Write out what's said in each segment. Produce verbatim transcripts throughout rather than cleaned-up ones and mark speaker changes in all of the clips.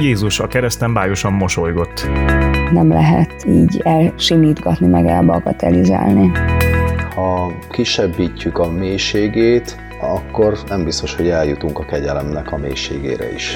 Speaker 1: Jézus a kereszten bájosan mosolygott.
Speaker 2: Nem lehet így elsimítgatni, meg elbagatelizálni.
Speaker 3: Ha kisebbítjük a mélységét, akkor nem biztos, hogy eljutunk a kegyelemnek a mélységére is.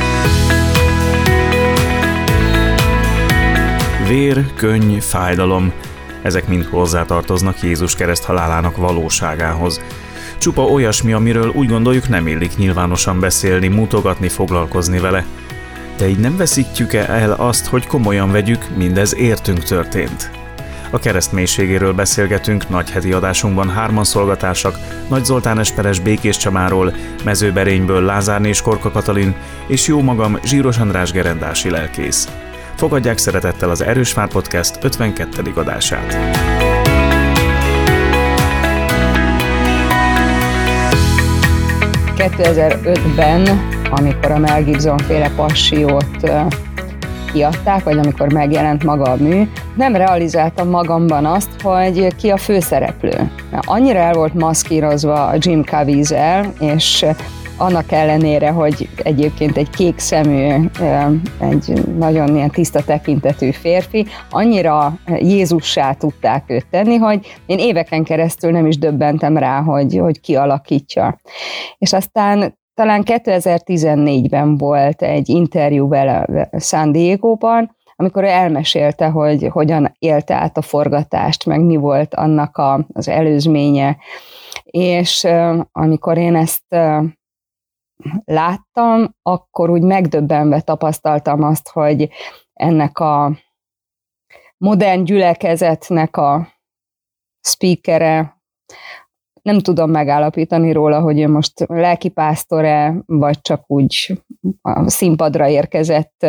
Speaker 1: Vér, könny, fájdalom, ezek mind hozzátartoznak Jézus kereszthalálának valóságához. Csupa olyasmi, amiről úgy gondoljuk, nem illik nyilvánosan beszélni, mutogatni, foglalkozni vele. De így nem veszítjük-e el azt, hogy komolyan vegyük, mindez értünk történt? A kereszt mélységéről beszélgetünk nagy heti adásunkban hárman szolgatársak, Nagy Zoltán Esperes Békés Csamáról, Mezőberényből Lázárné és Korka Katalin, és jó magam Zsíros András gerendási lelkész. Fogadják szeretettel az Erős Vár Podcast ötvenkettedik adását.
Speaker 2: kétezer-ötben, amikor a Mel Gibson féle Passiót kiadták, vagy amikor megjelent maga a mű, nem realizáltam magamban azt, hogy ki a főszereplő. Annyira el volt maszkírozva a Jim Caviezel, és annak ellenére, hogy egyébként egy kék szemű, egy nagyon ilyen tiszta tekintetű férfi, annyira Jézussá tudták őt tenni, hogy én éveken keresztül nem is döbbentem rá, hogy, hogy ki alakítja. És aztán talán kétezer-tizennégyben volt egy interjú vele San Diegóban, amikor ő elmesélte, hogy hogyan élte át a forgatást, meg mi volt annak a, az előzménye. És amikor én ezt láttam, akkor úgy megdöbbenve tapasztaltam azt, hogy ennek a modern gyülekezetnek a speakere, nem tudom megállapítani róla, hogy ő most lelkipásztor-e, vagy csak úgy a színpadra érkezett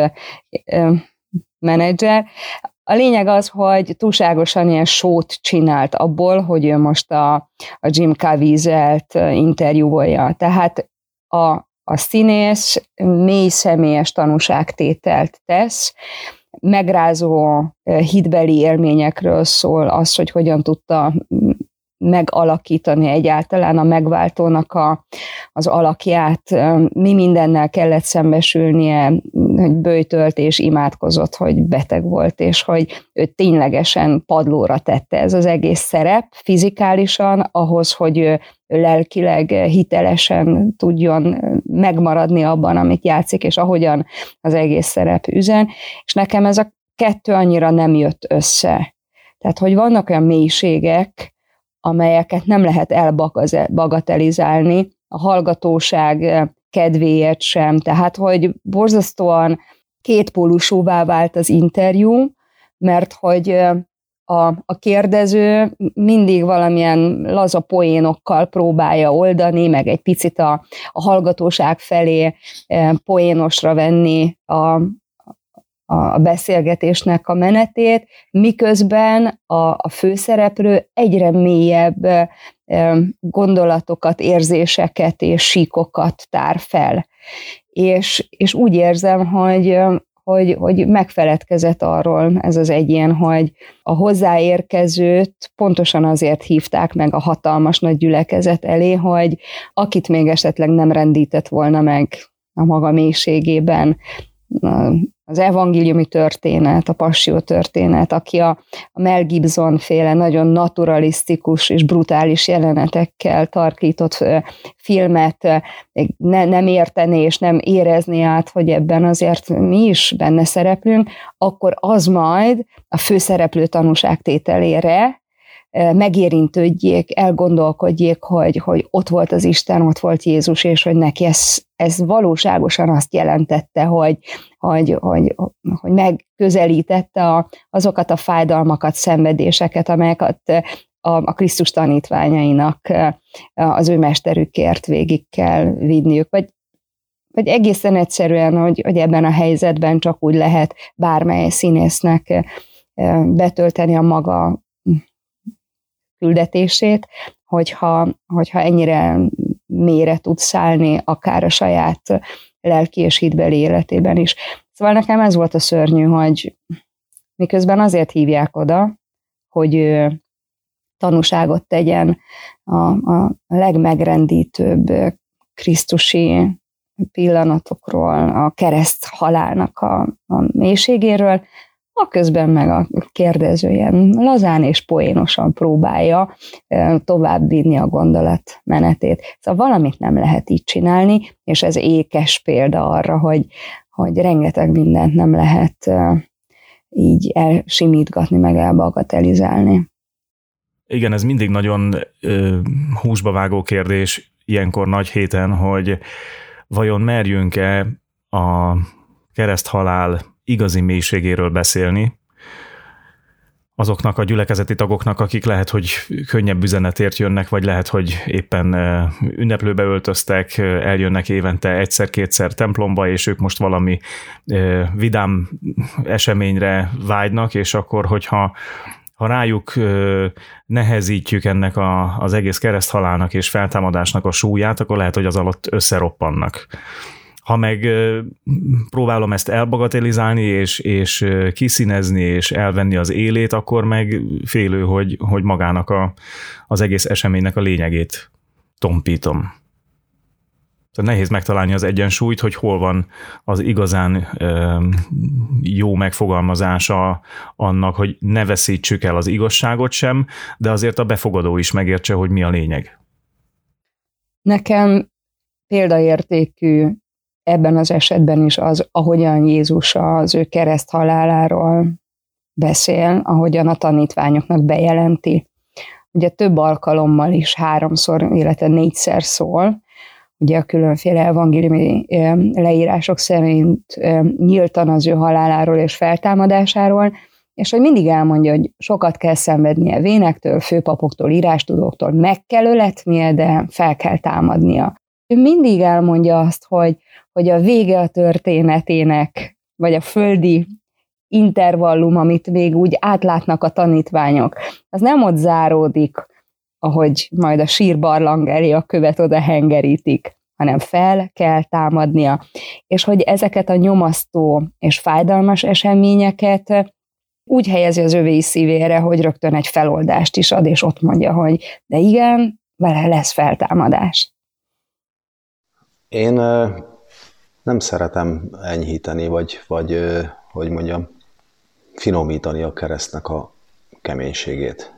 Speaker 2: menedzser. A lényeg az, hogy túlságosan ilyen sót csinált abból, hogy ő most a, a Jim Caviezel-t interjúolja. Tehát a, a színész mély személyes tanúságtételt tesz, megrázó hitbeli élményekről szól az, hogy hogyan tudta megalakítani egyáltalán a megváltónak a, az alakját, mi mindennel kellett szembesülnie, hogy böjtölt és imádkozott, hogy beteg volt, és hogy ő ténylegesen padlóra tette ez az egész szerep fizikálisan, ahhoz, hogy ő lelkileg hitelesen tudjon megmaradni abban, amit játszik, és ahogyan az egész szerep üzen, és nekem ez a kettő annyira nem jött össze. Tehát, hogy vannak olyan mélységek, amelyeket nem lehet elbagatelizálni, a hallgatóság kedvéért sem. Tehát, hogy borzasztóan kétpólusúvá vált az interjú, mert hogy a, a kérdező mindig valamilyen laza poénokkal próbálja oldani, meg egy picit a, a hallgatóság felé poénosra venni a, a beszélgetésnek a menetét, miközben a, a főszereplő egyre mélyebb gondolatokat, érzéseket és síkokat tár fel. És, és úgy érzem, hogy, hogy, hogy megfeledkezett arról ez az egyén, hogy a hozzáérkezőt pontosan azért hívták meg a hatalmas nagy gyülekezet elé, hogy akit még esetleg nem rendített volna meg a maga mélységében, az evangéliumi történet, a passzió történet, aki a, a Mel Gibson féle nagyon naturalisztikus és brutális jelenetekkel tarkított filmet ne, nem értené és nem érezné át, hogy ebben azért mi is benne szereplünk, akkor az majd a főszereplő tanúságtételére megérintődjék, elgondolkodjék, hogy, hogy ott volt az Isten, ott volt Jézus, és hogy neki ez, ez valóságosan azt jelentette, hogy, hogy, hogy, hogy megközelítette a, azokat a fájdalmakat, szenvedéseket, amelyeket a, a Krisztus tanítványainak az ő mesterükért végig kell vinniük. Vagy, vagy egészen egyszerűen, hogy, hogy ebben a helyzetben csak úgy lehet bármely színésznek betölteni a maga küldetését, hogyha, hogyha ennyire mélyre tud szállni, akár a saját lelki és hitbeli életében is. Szóval nekem ez volt a szörnyű, hogy miközben azért hívják oda, hogy ő tanúságot tegyen a, a legmegrendítőbb krisztusi pillanatokról, a kereszt halálnak a, a mélységéről, aközben meg a kérdező ilyen lazán és poénosan próbálja tovább vinni a gondolat menetét. Szóval valamit nem lehet így csinálni, és ez ékes példa arra, hogy, hogy rengeteg mindent nem lehet így elsimítgatni, meg elbagatelizálni.
Speaker 1: Igen, ez mindig nagyon ö, húsba vágó kérdés ilyenkor nagy héten, hogy vajon merjünk-e a kereszthalál igazi mélységéről beszélni azoknak a gyülekezeti tagoknak, akik lehet, hogy könnyebb üzenetért jönnek, vagy lehet, hogy éppen ünneplőbe öltöztek, eljönnek évente egyszer-kétszer templomba, és ők most valami vidám eseményre vágynak, és akkor, hogyha ha rájuk nehezítjük ennek a, az egész kereszthalálnak és feltámadásnak a súlyát, akkor lehet, hogy az alatt összeroppannak. Ha meg próbálom ezt elbagatelizálni, és, és kiszínezni, és elvenni az élét, akkor meg félő, hogy, hogy magának a, az egész eseménynek a lényegét tompítom. Tehát nehéz megtalálni az egyensúlyt, hogy hol van az igazán jó megfogalmazása annak, hogy ne veszítsük el az igazságot sem, de azért a befogadó is megértse, hogy mi a lényeg. Nekem
Speaker 2: példaértékű ebben az esetben is az, ahogyan Jézus az ő kereszthaláláról beszél, ahogyan a tanítványoknak bejelenti. Ugye több alkalommal is háromszor, illetve négyszer szól, ugye a különféle evangéliumi leírások szerint nyíltan az ő haláláról és feltámadásáról, és hogy mindig elmondja, hogy sokat kell szenvednie vénektől, főpapoktól, írástudóktól, meg kell öletnie, de fel kell támadnia. Ő mindig elmondja azt, hogy, hogy a vége a történetének, vagy a földi intervallum, amit még úgy átlátnak a tanítványok, az nem ott záródik, ahogy majd a sírbarlang elé a követ oda hengerítik, hanem fel kell támadnia. És hogy ezeket a nyomasztó és fájdalmas eseményeket úgy helyezi az övéi szívére, hogy rögtön egy feloldást is ad, és ott mondja, hogy de igen, vele lesz feltámadás.
Speaker 3: Én nem szeretem enyhíteni, vagy, vagy hogy mondjam, finomítani a keresztnek a keménységét.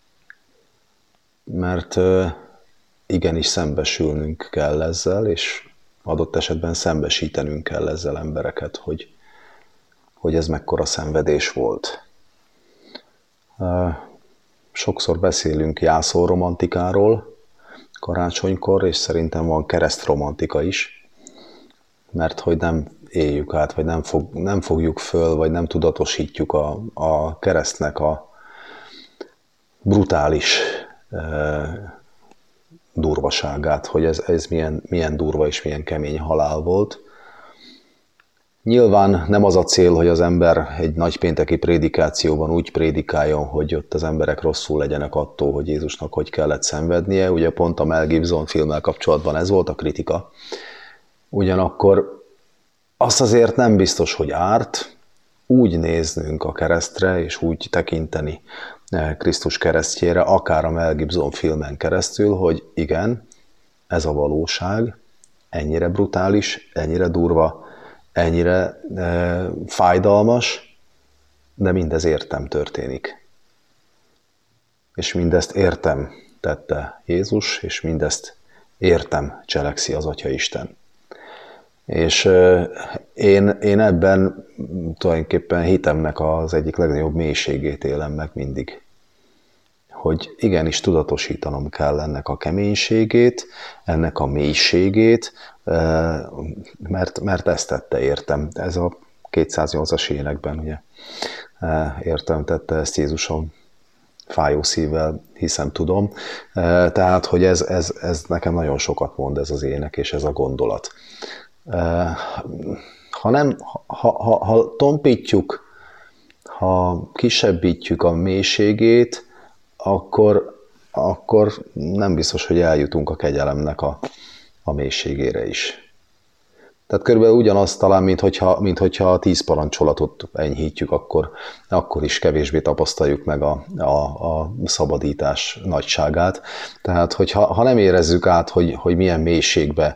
Speaker 3: Mert igenis szembesülnünk kell ezzel, és adott esetben szembesítenünk kell ezzel embereket, hogy, hogy ez mekkora szenvedés volt. Sokszor beszélünk jászolromantikáról karácsonykor, és szerintem van keresztromantika is, mert hogy nem éljük át, vagy nem, fog, nem fogjuk föl, vagy nem tudatosítjuk a, a keresztnek a brutális durvaságát, hogy ez, ez milyen, milyen durva és milyen kemény halál volt. Nyilván nem az a cél, hogy az ember egy nagypénteki prédikációban úgy prédikáljon, hogy ott az emberek rosszul legyenek attól, hogy Jézusnak hogy kellett szenvednie. Ugye pont a Mel Gibson filmmel kapcsolatban ez volt a kritika. Ugyanakkor azt azért nem biztos, hogy árt úgy néznünk a keresztre, és úgy tekinteni Krisztus keresztjére, akár a Mel Gibson filmen keresztül, hogy igen, ez a valóság, ennyire brutális, ennyire durva, ennyire e, fájdalmas, de mindez értem történik. És mindezt értem tette Jézus, és mindezt értem cselekszi az Atyaisten. És e, én, én ebben tulajdonképpen hitemnek az egyik legnagyobb mélységét élem meg mindig. Hogy igenis tudatosítanom kell ennek a keménységét, ennek a mélységét, mert, mert ezt tette értem. Ez a kétszáznyolcas énekben ugye értem tette ezt Jézusom fájó szívvel, hiszem tudom. Tehát, hogy ez, ez, ez nekem nagyon sokat mond ez az ének és ez a gondolat. Ha nem, ha, ha, ha tompítjuk, ha kisebbítjük a mélységét, akkor, akkor nem biztos, hogy eljutunk a kegyelemnek a, a mélységére is. Tehát körülbelül ugyanaz talán, mint hogyha, mint hogyha a tíz parancsolatot enyhítjük, akkor, akkor is kevésbé tapasztaljuk meg a, a, a szabadítás nagyságát. Tehát, hogyha ha nem érezzük át, hogy, hogy milyen mélységbe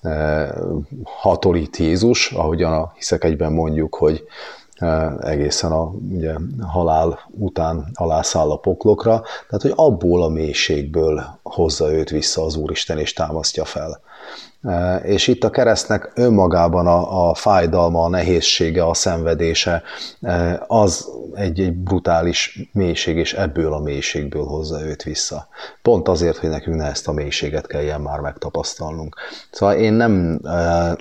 Speaker 3: hatolít Jézus, ahogyan a hiszek egyben mondjuk, hogy egészen a ugye, halál után alászáll a poklokra, tehát hogy abból a mélységből hozza őt vissza az Úristen és támasztja fel. És itt a keresztnek önmagában a, a fájdalma, a nehézsége, a szenvedése, az egy, egy brutális mélység, és ebből a mélységből hozza őt vissza. Pont azért, hogy nekünk ne ezt a mélységet kelljen már megtapasztalnunk. Szóval én nem, e,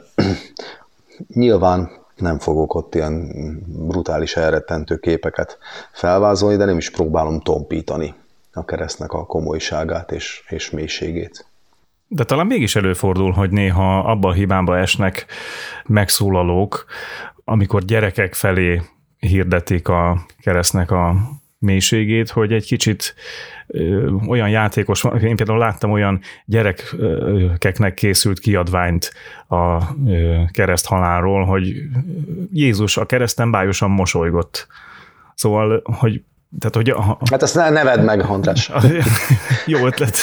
Speaker 3: nyilván nem fogok ott ilyen brutális, elrettentő képeket felvázolni, de nem is próbálom tompítani a keresztnek a komolyságát és, és mélységét.
Speaker 1: De talán mégis előfordul, hogy néha abba a hibába esnek megszólalók, amikor gyerekek felé hirdetik a keresztnek a mélységét, hogy egy kicsit ö, olyan játékos, én például láttam olyan gyerekeknek készült kiadványt a ö, kereszt halálról, hogy Jézus a kereszten bájosan mosolygott. Szóval, hogy Tehát, hogy a...
Speaker 3: Hát ezt ne nevedd meg, András.
Speaker 1: Jó ötlet.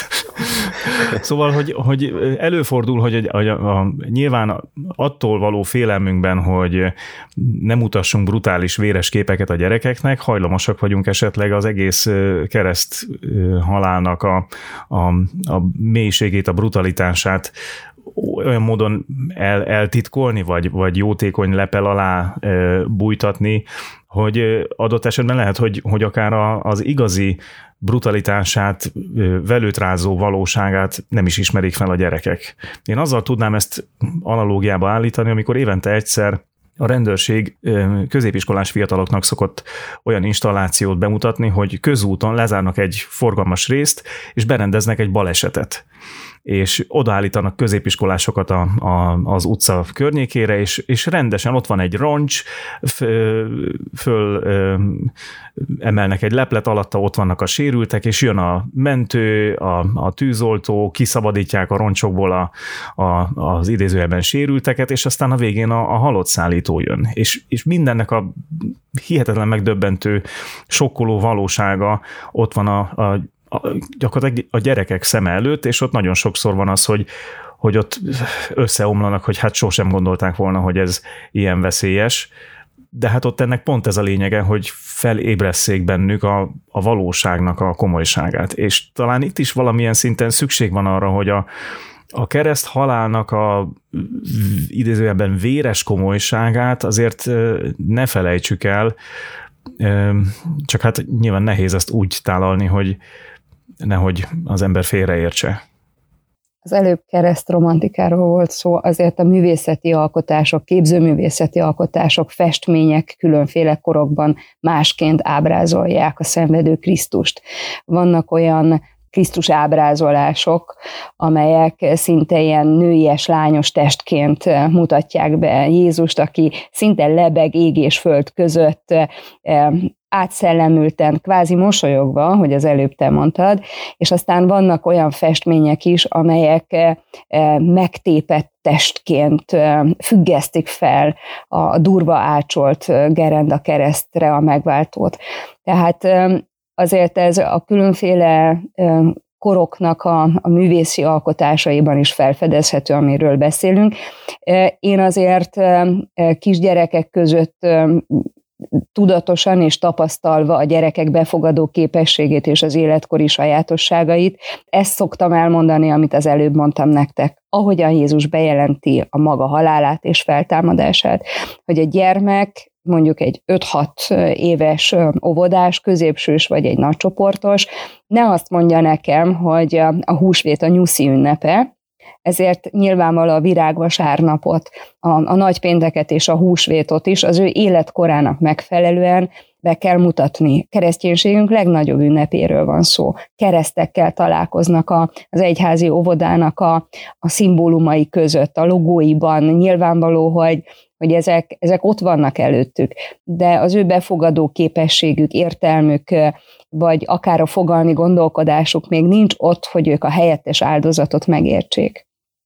Speaker 1: Szóval, hogy, hogy előfordul, hogy a, a, a, nyilván attól való félelmünkben, hogy nem mutassunk brutális, véres képeket a gyerekeknek, hajlamosak vagyunk esetleg az egész kereszt halálnak a, a, a mélységét, a brutalitását olyan módon el, eltitkolni, vagy, vagy jótékony lepel alá e, bújtatni, hogy adott esetben lehet, hogy, hogy akár a, az igazi brutalitását, velőtrázó valóságát nem is ismerik fel a gyerekek. Én azzal tudnám ezt analógiába állítani, amikor évente egyszer a rendőrség középiskolás fiataloknak szokott olyan installációt bemutatni, hogy közúton lezárnak egy forgalmas részt, és berendeznek egy balesetet. És odaállítanak középiskolásokat a, a, az utca környékére, és, és rendesen ott van egy roncs, föl, föl ö, emelnek egy leplet, alatta ott vannak a sérültek, és jön a mentő, a, a tűzoltó, kiszabadítják a roncsokból a, a, az idézőjelben sérülteket, és aztán a végén a, a halott szállító jön. És, és mindennek a hihetetlen megdöbbentő, sokkoló valósága ott van a, a gyakorlatilag a gyerekek szeme előtt, és ott nagyon sokszor van az, hogy, hogy ott összeomlanak, hogy hát sosem gondolták volna, hogy ez ilyen veszélyes, de hát ott ennek pont ez a lényege, hogy felébresszék bennük a, a valóságnak a komolyságát. És talán itt is valamilyen szinten szükség van arra, hogy a, a kereszt halálnak a idézőjelben véres komolyságát azért ne felejtsük el, csak hát nyilván nehéz ezt úgy tálalni, hogy nehogy az ember félreértse.
Speaker 2: Az előbb keresztromantikáról volt szó, azért a művészeti alkotások, képzőművészeti alkotások, festmények különféle korokban másként ábrázolják a szenvedő Krisztust. Vannak olyan Krisztus ábrázolások, amelyek szinte ilyen nőies, lányos testként mutatják be Jézust, aki szinte lebeg ég és föld között, átszellemülten, kvázi mosolyogva, hogy az előbb te mondtad, és aztán vannak olyan festmények is, amelyek megtépett testként függesztik fel a durva ácsolt gerenda keresztre a megváltót. Tehát azért ez a különféle koroknak a, a művészi alkotásaiban is felfedezhető, amiről beszélünk. Én azért kisgyerekek között tudatosan és tapasztalva a gyerekek befogadó képességét és az életkori sajátosságait, ezt szoktam elmondani, amit az előbb mondtam nektek. Ahogyan Jézus bejelenti a maga halálát és feltámadását, hogy a gyermek, mondjuk egy öt-hat éves óvodás, középsős vagy egy nagycsoportos, ne azt mondja nekem, hogy a húsvét a nyuszi ünnepe, ezért nyilvánvalóan a virágvasárnapot, a, a nagypénteket és a húsvétot is az ő életkorának megfelelően be kell mutatni. Kereszténységünk legnagyobb ünnepéről van szó. Keresztekkel találkoznak a, az egyházi óvodának a, a szimbólumai között, a logóiban. Nyilvánvaló, hogy, hogy ezek, ezek ott vannak előttük, de az ő befogadó képességük, értelmük, vagy akár a fogalmi gondolkodásuk még nincs ott, hogy ők a helyettes áldozatot megértsék.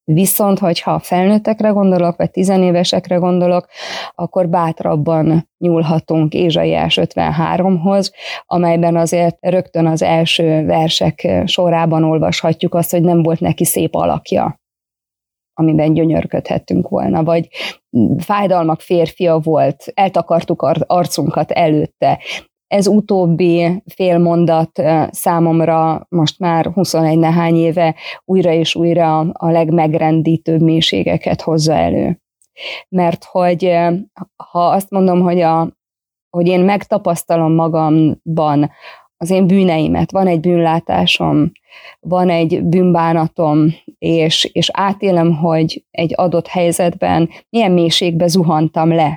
Speaker 2: Viszont, hogyha felnőttekre gondolok, vagy tizenévesekre gondolok, akkor bátrabban nyúlhatunk Ézsaiás ötvenháromhoz, amelyben azért rögtön az első versek sorában olvashatjuk azt, hogy nem volt neki szép alakja, amiben gyönyörködhettünk volna, vagy fájdalmak férfia volt, eltakartuk arcunkat előtte. Ez utóbbi fél mondat számomra most már huszonegy nehány éve újra és újra a legmegrendítőbb mélységeket hozza elő. Mert hogy ha azt mondom, hogy, a, hogy én megtapasztalom magamban az én bűneimet, van egy bűnlátásom, van egy bűnbánatom, és, és átélem, hogy egy adott helyzetben milyen mélységbe zuhantam le,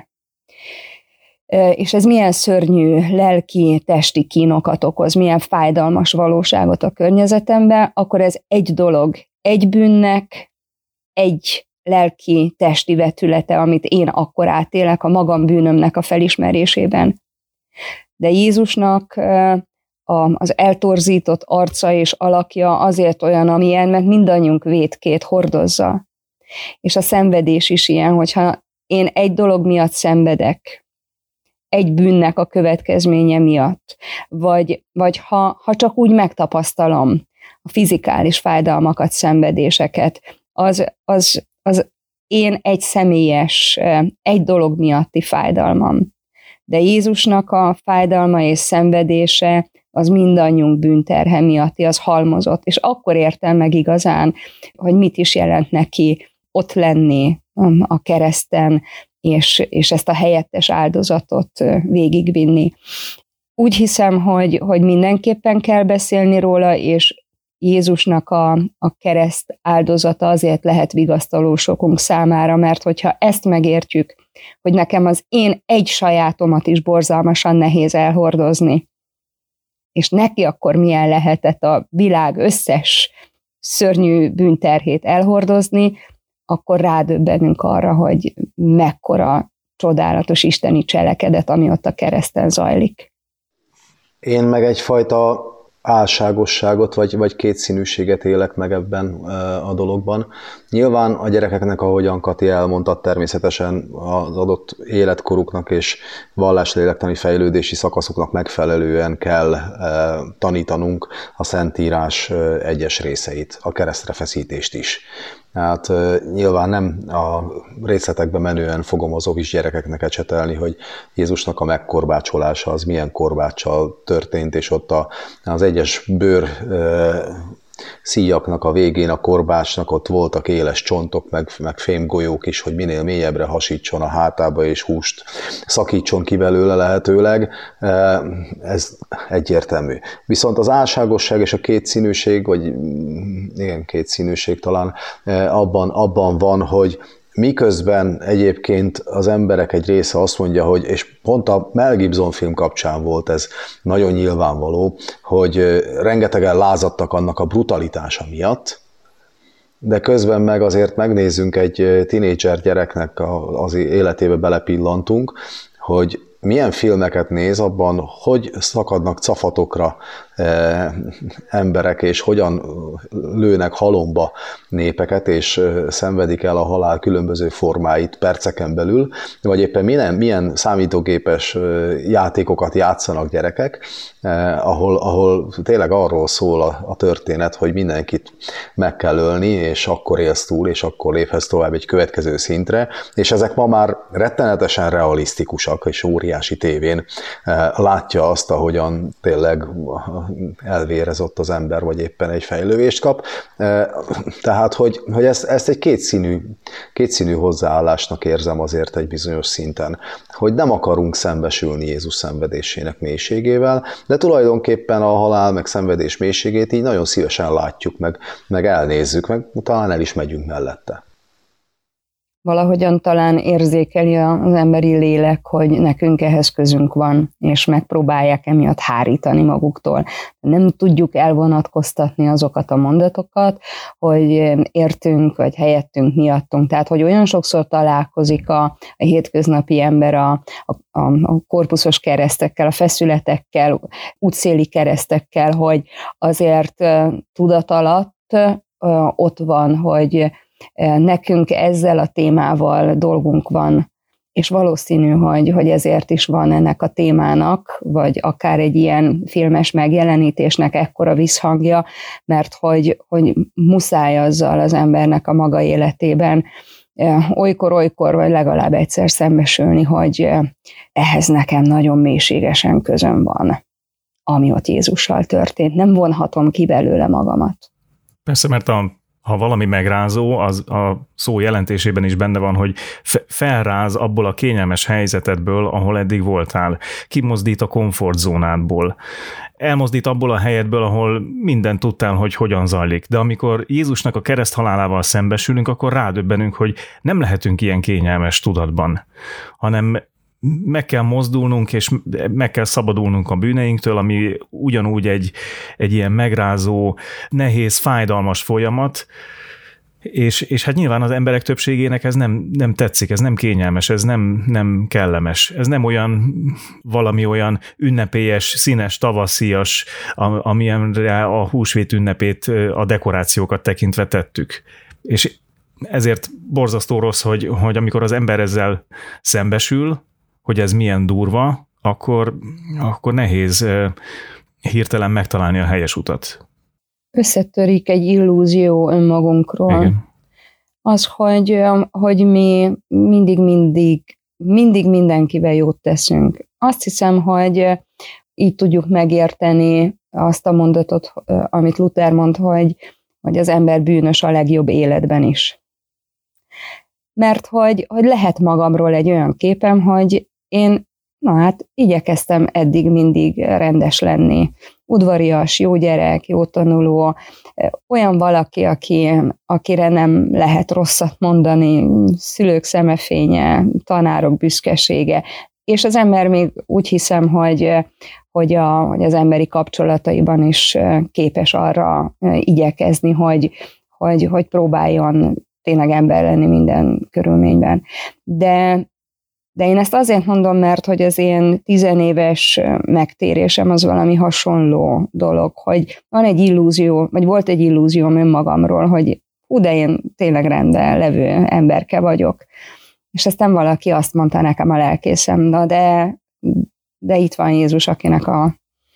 Speaker 2: és ez milyen szörnyű lelki, testi kínokat okoz, milyen fájdalmas valóságot a környezetemben, akkor ez egy dolog, egy bűnnek, egy lelki, testi vetülete, amit én akkor átélek a magam bűnömnek a felismerésében. De Jézusnak az eltorzított arca és alakja azért olyan, amilyen, mert mindannyiunk vétkét hordozza. És a szenvedés is ilyen, hogyha én egy dolog miatt szenvedek, egy bűnnek a következménye miatt, vagy, vagy ha, ha csak úgy megtapasztalom a fizikális fájdalmakat, szenvedéseket, az, az, az én egy személyes, egy dolog miatti fájdalmam. De Jézusnak a fájdalma és szenvedése az mindannyiunk bűnterhe miatti, az halmozott, és akkor értem meg igazán, hogy mit is jelent neki ott lenni a kereszten, és, és ezt a helyettes áldozatot végigvinni. Úgy hiszem, hogy, hogy mindenképpen kell beszélni róla, és Jézusnak a, a kereszt áldozata azért lehet vigasztaló sokunk számára, mert hogyha ezt megértjük, hogy nekem az én egy sajátomat is borzalmasan nehéz elhordozni, és neki akkor milyen lehetett a világ összes szörnyű bűnterhét elhordozni, akkor rádöbbenünk arra, hogy mekkora csodálatos isteni cselekedet, ami ott a kereszten zajlik.
Speaker 3: Én meg egyfajta álságosságot, vagy, vagy kétszínűséget élek meg ebben a dologban. Nyilván a gyerekeknek, ahogyan Kati elmondta, természetesen az adott életkoruknak és valláslélektani fejlődési szakaszoknak megfelelően kell tanítanunk a Szentírás egyes részeit, a keresztre feszítést is. Hát nyilván nem a részletekbe menően fogom az ovis gyerekeknek ecsetelni, hogy Jézusnak a megkorbácsolása az milyen korbáccsal történt, és ott a, az egyes bőr szíjaknak a végén, a korbácsnak ott voltak éles csontok, meg, meg fémgolyók is, hogy minél mélyebbre hasítson a hátába, és húst szakítson ki belőle lehetőleg. Ez egyértelmű. Viszont az álságosság és a kétszínűség, vagy igen, kétszínűség talán abban, abban van, hogy miközben egyébként az emberek egy része azt mondja, hogy, és pont a Mel Gibson film kapcsán volt ez nagyon nyilvánvaló, hogy rengetegen lázadtak annak a brutalitása miatt, de közben meg azért megnézzünk egy tinédzser gyereknek az életébe belepillantunk, hogy milyen filmeket néz, abban hogy szakadnak cafatokra e, emberek, és hogyan lőnek halomba népeket, és szenvedik el a halál különböző formáit perceken belül, vagy éppen milyen, milyen számítógépes játékokat játszanak gyerekek, eh, ahol, ahol tényleg arról szól a, a történet, hogy mindenkit meg kell ölni, és akkor élsz túl, és akkor léphetsz tovább egy következő szintre, és ezek ma már rettenetesen realisztikusak, és óriási tévén eh, látja azt, ahogyan tényleg elvérez ott az ember, vagy éppen egy fejlővést kap. Tehát, hogy, hogy ezt, ezt egy kétszínű, kétszínű hozzáállásnak érzem azért egy bizonyos szinten, hogy nem akarunk szembesülni Jézus szenvedésének mélységével, de tulajdonképpen a halál meg szenvedés mélységét így nagyon szívesen látjuk, meg, meg elnézzük, meg talán el is megyünk mellette.
Speaker 2: Valahogyan talán érzékeli az emberi lélek, hogy nekünk ehhez közünk van, és megpróbálják emiatt hárítani maguktól. Nem tudjuk elvonatkoztatni azokat a mondatokat, hogy értünk, vagy helyettünk, miattunk. Tehát, hogy olyan sokszor találkozik a, a hétköznapi ember a, a, a korpuszos keresztekkel, a feszületekkel, útszéli keresztekkel, hogy azért tudat alatt ott van, hogy nekünk ezzel a témával dolgunk van, és valószínű, hogy, hogy ezért is van ennek a témának, vagy akár egy ilyen filmes megjelenítésnek ekkora visszhangja, mert hogy, hogy muszáj azzal az embernek a maga életében olykor-olykor, vagy legalább egyszer szembesülni, hogy ehhez nekem nagyon mélységesen közöm van, ami ott Jézussal történt. Nem vonhatom ki belőle magamat.
Speaker 1: Persze, mert a ha valami megrázó, az a szó jelentésében is benne van, hogy felráz abból a kényelmes helyzetedből, ahol eddig voltál. Kimozdít a komfortzónádból. Elmozdít abból a helyedből, ahol mindent tudtál, hogy hogyan zajlik. De amikor Jézusnak a kereszthalálával szembesülünk, akkor rádöbbenünk, hogy nem lehetünk ilyen kényelmes tudatban, hanem meg kell mozdulnunk, és meg kell szabadulnunk a bűneinktől, ami ugyanúgy egy, egy ilyen megrázó, nehéz, fájdalmas folyamat, és, és hát nyilván az emberek többségének ez nem, nem tetszik, ez nem kényelmes, ez nem, nem kellemes, ez nem olyan valami olyan ünnepélyes, színes, tavaszias, amilyenre a húsvét ünnepét, a dekorációkat tekintve tettük. És ezért borzasztó rossz, hogy, hogy amikor az ember ezzel szembesül, hogy ez milyen durva, akkor, akkor nehéz hirtelen megtalálni a helyes utat.
Speaker 2: Összetörik egy illúzió önmagunkról.
Speaker 1: Igen.
Speaker 2: Az, hogy, hogy mi mindig-mindig, mindig mindenkivel jót teszünk. Azt hiszem, hogy így tudjuk megérteni azt a mondatot, amit Luther mond, hogy, hogy az ember bűnös a legjobb életben is. Mert hogy, hogy lehet magamról egy olyan képem, hogy én, na hát, igyekeztem eddig mindig rendes lenni. Udvarias, jó gyerek, jó tanuló, olyan valaki, aki, akire nem lehet rosszat mondani, szülők szemefénye, tanárok büszkesége. És az ember még úgy hiszem, hogy, hogy, a, hogy az emberi kapcsolataiban is képes arra igyekezni, hogy, hogy, hogy próbáljon tényleg ember lenni minden körülményben. De De én ezt azért mondom, mert hogy az én tizenéves megtérésem az valami hasonló dolog, hogy van egy illúzió, vagy volt egy illúzióm önmagamról, hogy hú, de én tényleg rendben levő emberke vagyok. És aztán valaki azt mondta nekem a lelkészem, na de, de itt van Jézus, akinek a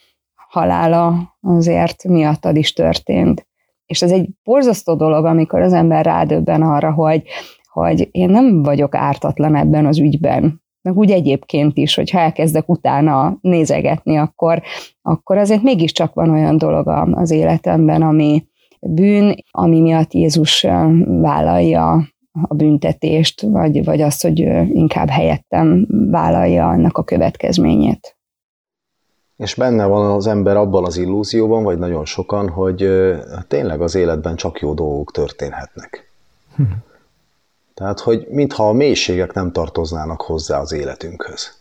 Speaker 2: halála azért miattad is történt. És ez egy borzasztó dolog, amikor az ember rádöbben arra, hogy hogy én nem vagyok ártatlan ebben az ügyben. Meg úgy egyébként is, hogyha elkezdek utána nézegetni, akkor, akkor azért mégiscsak van olyan dolog az életemben, ami bűn, ami miatt Jézus vállalja a büntetést, vagy, vagy azt, hogy inkább helyettem vállalja ennek a következményét.
Speaker 3: És benne van az ember abban az illúzióban, vagy nagyon sokan, hogy tényleg az életben csak jó dolgok történhetnek. Hm. Tehát, hogy mintha a mélységek nem tartoznának hozzá az életünkhöz.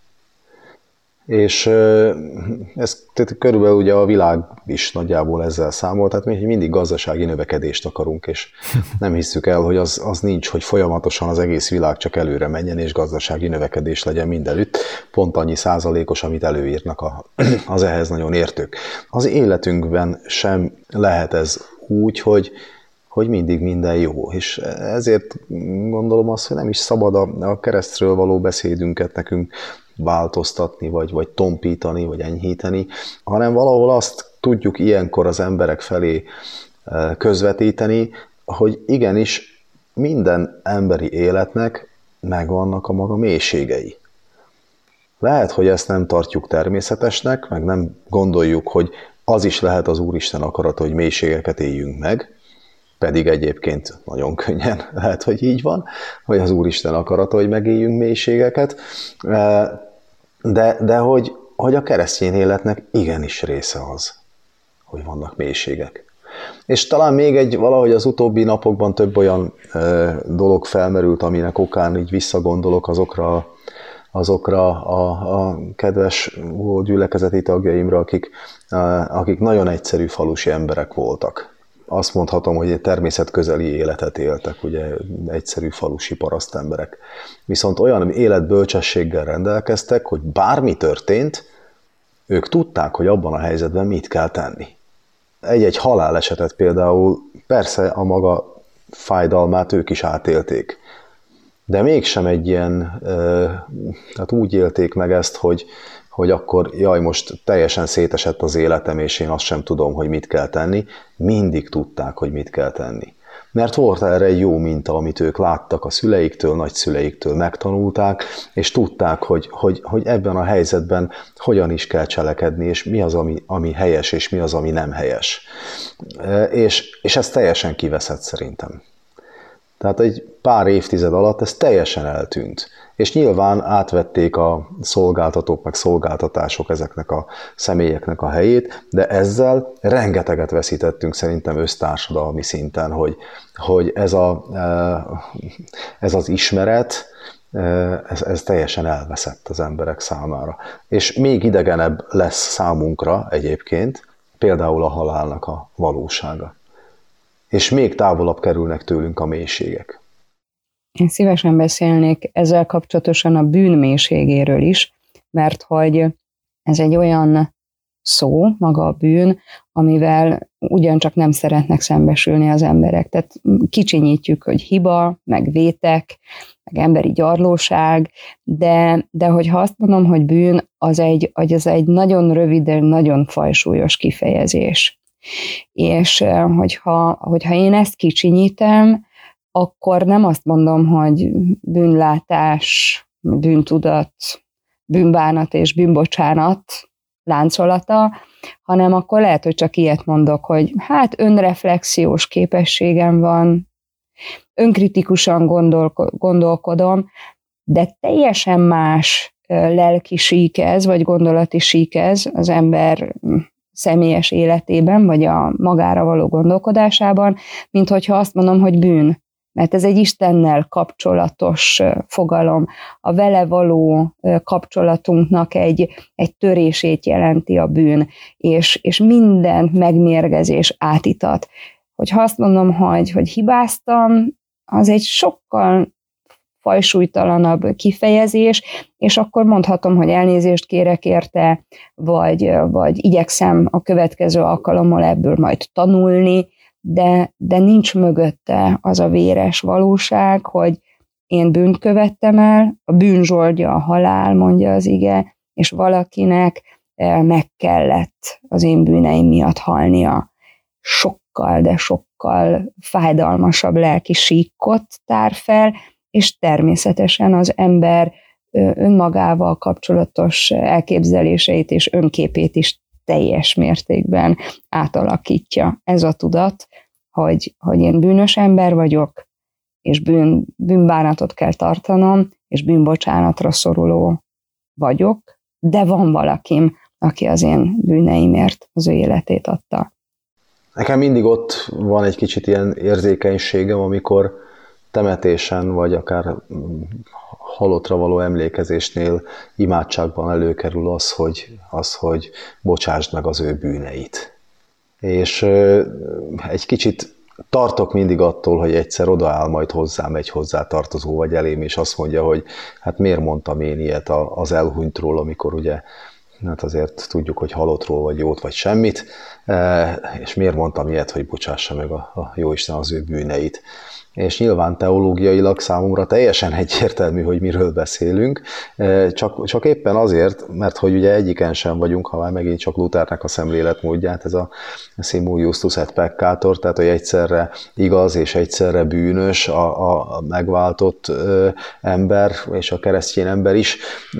Speaker 3: És ez körülbelül ugye a világ is nagyjából ezzel számol, tehát mi mindig gazdasági növekedést akarunk, és nem hisszük el, hogy az, az nincs, hogy folyamatosan az egész világ csak előre menjen, és gazdasági növekedés legyen mindenütt, pont annyi százalékos, amit előírnak a, az ehhez nagyon értők. Az életünkben sem lehet ez úgy, hogy hogy mindig minden jó, és ezért gondolom azt, hogy nem is szabad a, a keresztről való beszédünket nekünk változtatni, vagy, vagy tompítani, vagy enyhíteni, hanem valahol azt tudjuk ilyenkor az emberek felé közvetíteni, hogy igenis minden emberi életnek megvannak a maga mélységei. Lehet, hogy ezt nem tartjuk természetesnek, meg nem gondoljuk, hogy az is lehet az Úristen akarata, hogy mélységeket éljünk meg, pedig egyébként nagyon könnyen lehet, hogy így van, hogy az Úristen akarata, hogy megéljünk mélységeket, de, de hogy, hogy a keresztény életnek igenis része az, hogy vannak mélységek. És talán még egy, valahogy az utóbbi napokban több olyan dolog felmerült, aminek okán így visszagondolok azokra, azokra a, a kedves gyülekezeti tagjaimra, akik, akik nagyon egyszerű falusi emberek voltak. Azt mondhatom, hogy egy természetközeli életet éltek, ugye egyszerű falusi parasztemberek. Viszont olyan életbölcsességgel rendelkeztek, hogy bármi történt, ők tudták, hogy abban a helyzetben mit kell tenni. Egy-egy halálesetet például persze a maga fájdalmát ők is átélték. De mégsem egy ilyen, tehát úgy élték meg ezt, hogy, hogy akkor jaj, most teljesen szétesett az életem, és én azt sem tudom, hogy mit kell tenni. Mindig tudták, hogy mit kell tenni. Mert volt erre egy jó minta, amit ők láttak a szüleiktől, nagyszüleiktől, megtanulták, és tudták, hogy, hogy, hogy ebben a helyzetben hogyan is kell cselekedni, és mi az, ami, ami helyes, és mi az, ami nem helyes. És, és ez teljesen kiveszett szerintem. Tehát egy pár évtized alatt ez teljesen eltűnt. És nyilván átvették a szolgáltatók, meg szolgáltatások ezeknek a személyeknek a helyét, de ezzel rengeteget veszítettünk szerintem össztársadalmi szinten, hogy, hogy ez, a, ez az ismeret, ez, ez teljesen elveszett az emberek számára. És még idegenebb lesz számunkra egyébként például a halálnak a valósága. És még távolabb kerülnek tőlünk a mélységek.
Speaker 2: Én szívesen beszélnék ezzel kapcsolatosan a bűn mélységéről is, mert hogy ez egy olyan szó, maga a bűn, amivel ugyancsak nem szeretnek szembesülni az emberek. Tehát kicsinyítjük, hogy hiba, meg vétek, meg emberi gyarlóság, de, de hogyha azt mondom, hogy bűn, az egy, az egy nagyon rövid, de nagyon fajsúlyos kifejezés. És hogyha, hogyha én ezt kicsinyítem, akkor nem azt mondom, hogy bűnlátás, bűntudat, bűnbánat és bűnbocsánat láncolata, hanem akkor lehet, hogy csak ilyet mondok, hogy hát önreflexiós képességem van, önkritikusan gondolko- gondolkodom, de teljesen más lelki sík ez, vagy gondolati sík ez az ember személyes életében, vagy a magára való gondolkodásában, mint hogyha azt mondom, hogy bűn. Mert ez egy Istennel kapcsolatos fogalom. A vele való kapcsolatunknak egy, egy törését jelenti a bűn, és, és minden megmérgezés átitat. Hogyha azt mondom, hogy, hogy hibáztam, az egy sokkal fajsúlytalanabb kifejezés, és akkor mondhatom, hogy elnézést kérek érte, vagy, vagy igyekszem a következő alkalommal ebből majd tanulni, de, de nincs mögötte az a véres valóság, hogy én bűnt követtem el, a bűn zsoldja a halál, mondja az ige, és valakinek meg kellett az én bűneim miatt halnia. Sokkal, de sokkal fájdalmasabb lelki síkot tár fel, és természetesen az ember önmagával kapcsolatos elképzeléseit és önképét is teljes mértékben átalakítja. Ez a tudat, hogy, hogy én bűnös ember vagyok, és bűn, bűnbánatot kell tartanom, és bűnbocsánatra szoruló vagyok, de van valakim, aki az én bűneimért az ő életét adta.
Speaker 3: Nekem mindig ott van egy kicsit ilyen érzékenységem, amikor temetésen, vagy akár halottra való emlékezésnél imádságban előkerül az, hogy, az, hogy bocsásd meg az ő bűneit. És egy kicsit tartok mindig attól, hogy egyszer odaáll majd hozzám egy hozzátartozó vagy elém, és azt mondja, hogy hát miért mondtam én ilyet az elhunytról, amikor ugye hát azért tudjuk, hogy halottról vagy jót vagy semmit, és miért mondtam ilyet, hogy bocsássa meg a, a Jóisten az ő bűneit. És nyilván teológiailag számomra teljesen egyértelmű, hogy miről beszélünk, csak, csak éppen azért, mert hogy ugye egyiken sem vagyunk, ha már megint csak Luthernek a szemléletmódját, ez a simul justus et peccator, tehát hogy egyszerre igaz és egyszerre bűnös a, a megváltott ember, és a keresztény ember is,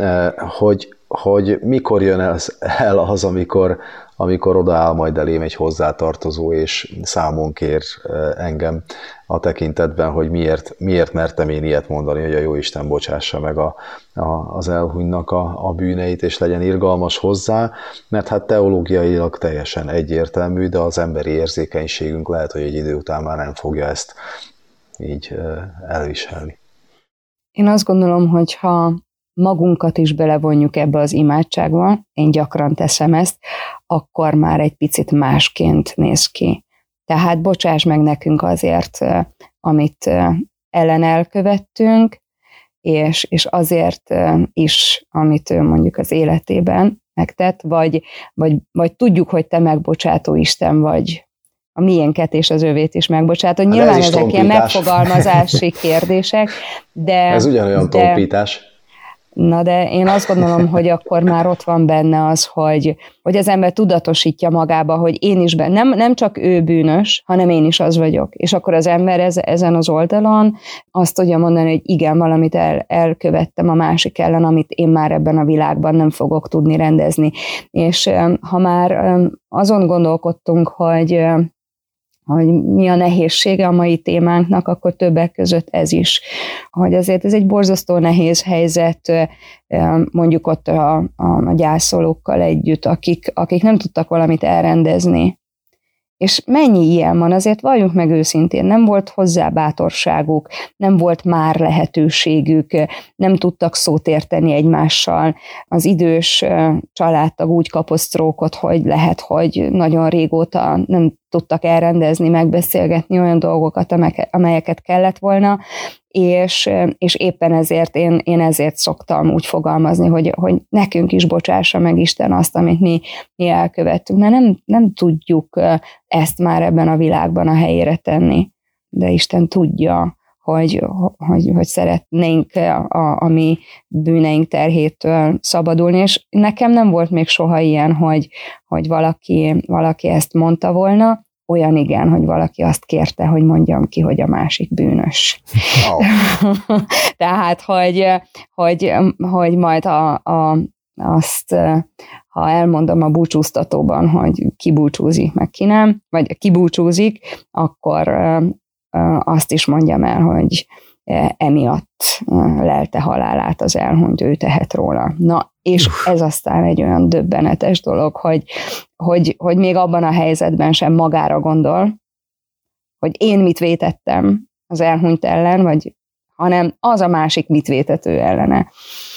Speaker 3: hogy, hogy mikor jön ez el az, amikor, amikor odaáll majd elém egy hozzátartozó, és számon kér engem a tekintetben, hogy miért, miért mertem én ilyet mondani, hogy a Jóisten bocsássa meg a, a, az elhunynak a, a bűneit, és legyen irgalmas hozzá, mert hát teológiailag teljesen egyértelmű, de az emberi érzékenységünk lehet, hogy egy idő után már nem fogja ezt így elviselni.
Speaker 2: Én azt gondolom, hogy ha magunkat is belevonjuk ebbe az imádságba, én gyakran teszem ezt, akkor már egy picit másként néz ki. Tehát bocsáss meg nekünk azért, amit ellen elkövettünk, és, és azért is, amit ő mondjuk az életében megtett, vagy, vagy, vagy tudjuk, hogy te megbocsátó Isten vagy a miénket és az övét is megbocsátott. Nyilván ezek tompítás. Ilyen megfogalmazási kérdések, de...
Speaker 3: Ez ugyanolyan de, tompítás.
Speaker 2: Na de én azt gondolom, hogy akkor már ott van benne az, hogy, hogy az ember tudatosítja magába, hogy én is benne, nem, nem csak ő bűnös, hanem én is az vagyok. És akkor az ember ez, ezen az oldalon azt tudja mondani, hogy igen, valamit el, elkövettem a másik ellen, amit én már ebben a világban nem fogok tudni rendezni. És ha már azon gondolkodtunk, hogy hogy mi a nehézsége a mai témánknak, akkor többek között ez is. Hogy azért ez egy borzasztó nehéz helyzet, mondjuk ott a, a gyászolókkal együtt, akik, akik nem tudtak valamit elrendezni. És mennyi ilyen van, azért valljunk meg őszintén, nem volt hozzá bátorságuk, nem volt már lehetőségük, nem tudtak szót érteni egymással. Az idős családtag úgy kapott sztrókot, hogy lehet, hogy nagyon régóta nem tudtak elrendezni, megbeszélgetni olyan dolgokat, amelyeket kellett volna, és, és éppen ezért én, én ezért szoktam úgy fogalmazni, hogy, hogy nekünk is bocsássa meg Isten azt, amit mi, mi elkövettünk, mert nem, nem tudjuk ezt már ebben a világban a helyére tenni, de Isten tudja, hogy, hogy, hogy szeretnénk a, a mi bűneink terhétől szabadulni, és nekem nem volt még soha ilyen, hogy, hogy valaki, valaki ezt mondta volna, olyan igen, hogy valaki azt kérte, hogy mondjam ki, hogy a másik bűnös. Oh. Tehát, hogy, hogy, hogy majd a, a, azt, ha elmondom a búcsúztatóban, hogy ki búcsúzik, meg ki nem, vagy ki búcsúzik, akkor azt is mondjam el, hogy emiatt lelte halálát az elhunyt, ő tehet róla. Na, és ez aztán egy olyan döbbenetes dolog, hogy, hogy, hogy még abban a helyzetben sem magára gondol, hogy én mit vétettem az elhunyt ellen, vagy, hanem az a másik mit vétett ő ellene.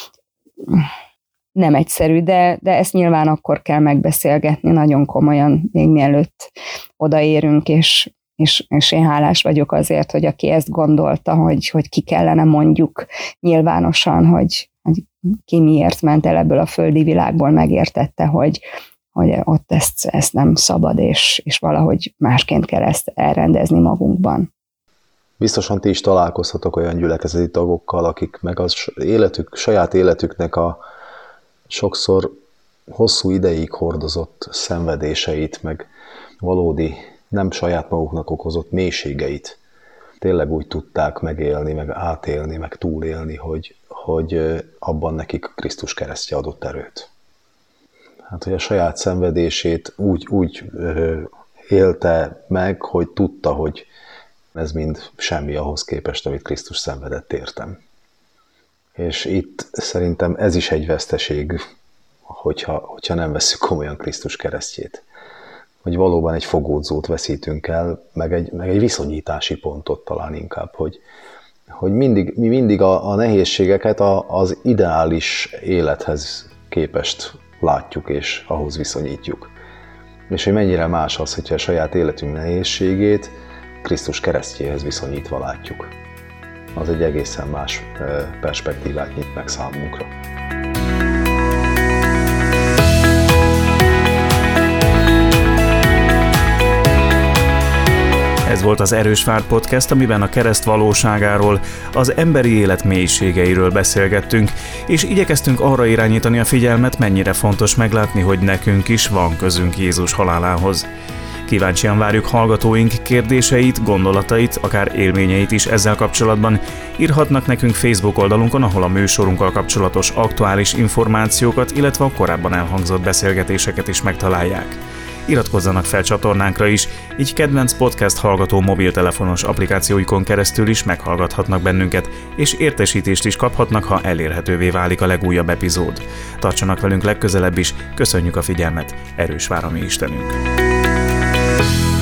Speaker 2: Nem egyszerű, de, de ezt nyilván akkor kell megbeszélgetni nagyon komolyan, még mielőtt odaérünk, és És, és én hálás vagyok azért, hogy aki ezt gondolta, hogy, hogy ki kellene mondjuk nyilvánosan, hogy, hogy ki miért ment el ebből a földi világból, megértette, hogy, hogy ott ezt, ezt nem szabad, és, és valahogy másként kell ezt elrendezni magunkban.
Speaker 3: Biztosan ti is találkozhatok olyan gyülekezeti tagokkal, akik meg az életük, saját életüknek a sokszor hosszú ideig hordozott szenvedéseit, meg valódi nem saját maguknak okozott mélységeit tényleg úgy tudták megélni, meg átélni, meg túlélni, hogy, hogy abban nekik Krisztus keresztje adott erőt. Hát, hogy a saját szenvedését úgy, úgy élte meg, hogy tudta, hogy ez mind semmi ahhoz képest, amit Krisztus szenvedett értem. És itt szerintem ez is egy veszteség, hogyha, hogyha nem vesszük komolyan Krisztus keresztjét. Hogy valóban egy fogódzót veszítünk el, meg egy, meg egy viszonyítási pontot talán inkább, hogy, hogy mindig, mi mindig a, a nehézségeket a, az ideális élethez képest látjuk, és ahhoz viszonyítjuk. És hogy mennyire más az, hogyha a saját életünk nehézségét Krisztus keresztjéhez viszonyítva látjuk. Az egy egészen más perspektívát nyit meg számunkra.
Speaker 1: Ez volt az Erős Vár Podcast, amiben a kereszt valóságáról, az emberi élet mélységeiről beszélgettünk, és igyekeztünk arra irányítani a figyelmet, mennyire fontos meglátni, hogy nekünk is van közünk Jézus halálához. Kíváncsian várjuk hallgatóink kérdéseit, gondolatait, akár élményeit is ezzel kapcsolatban. Írhatnak nekünk Facebook oldalunkon, ahol a műsorunkkal kapcsolatos aktuális információkat, illetve a korábban elhangzott beszélgetéseket is megtalálják. Iratkozzanak fel csatornánkra is, így kedvenc podcast hallgató mobiltelefonos applikációikon keresztül is meghallgathatnak bennünket, és értesítést is kaphatnak, ha elérhetővé válik a legújabb epizód. Tartsanak velünk legközelebb is, köszönjük a figyelmet, erős vár a mi Istenünk!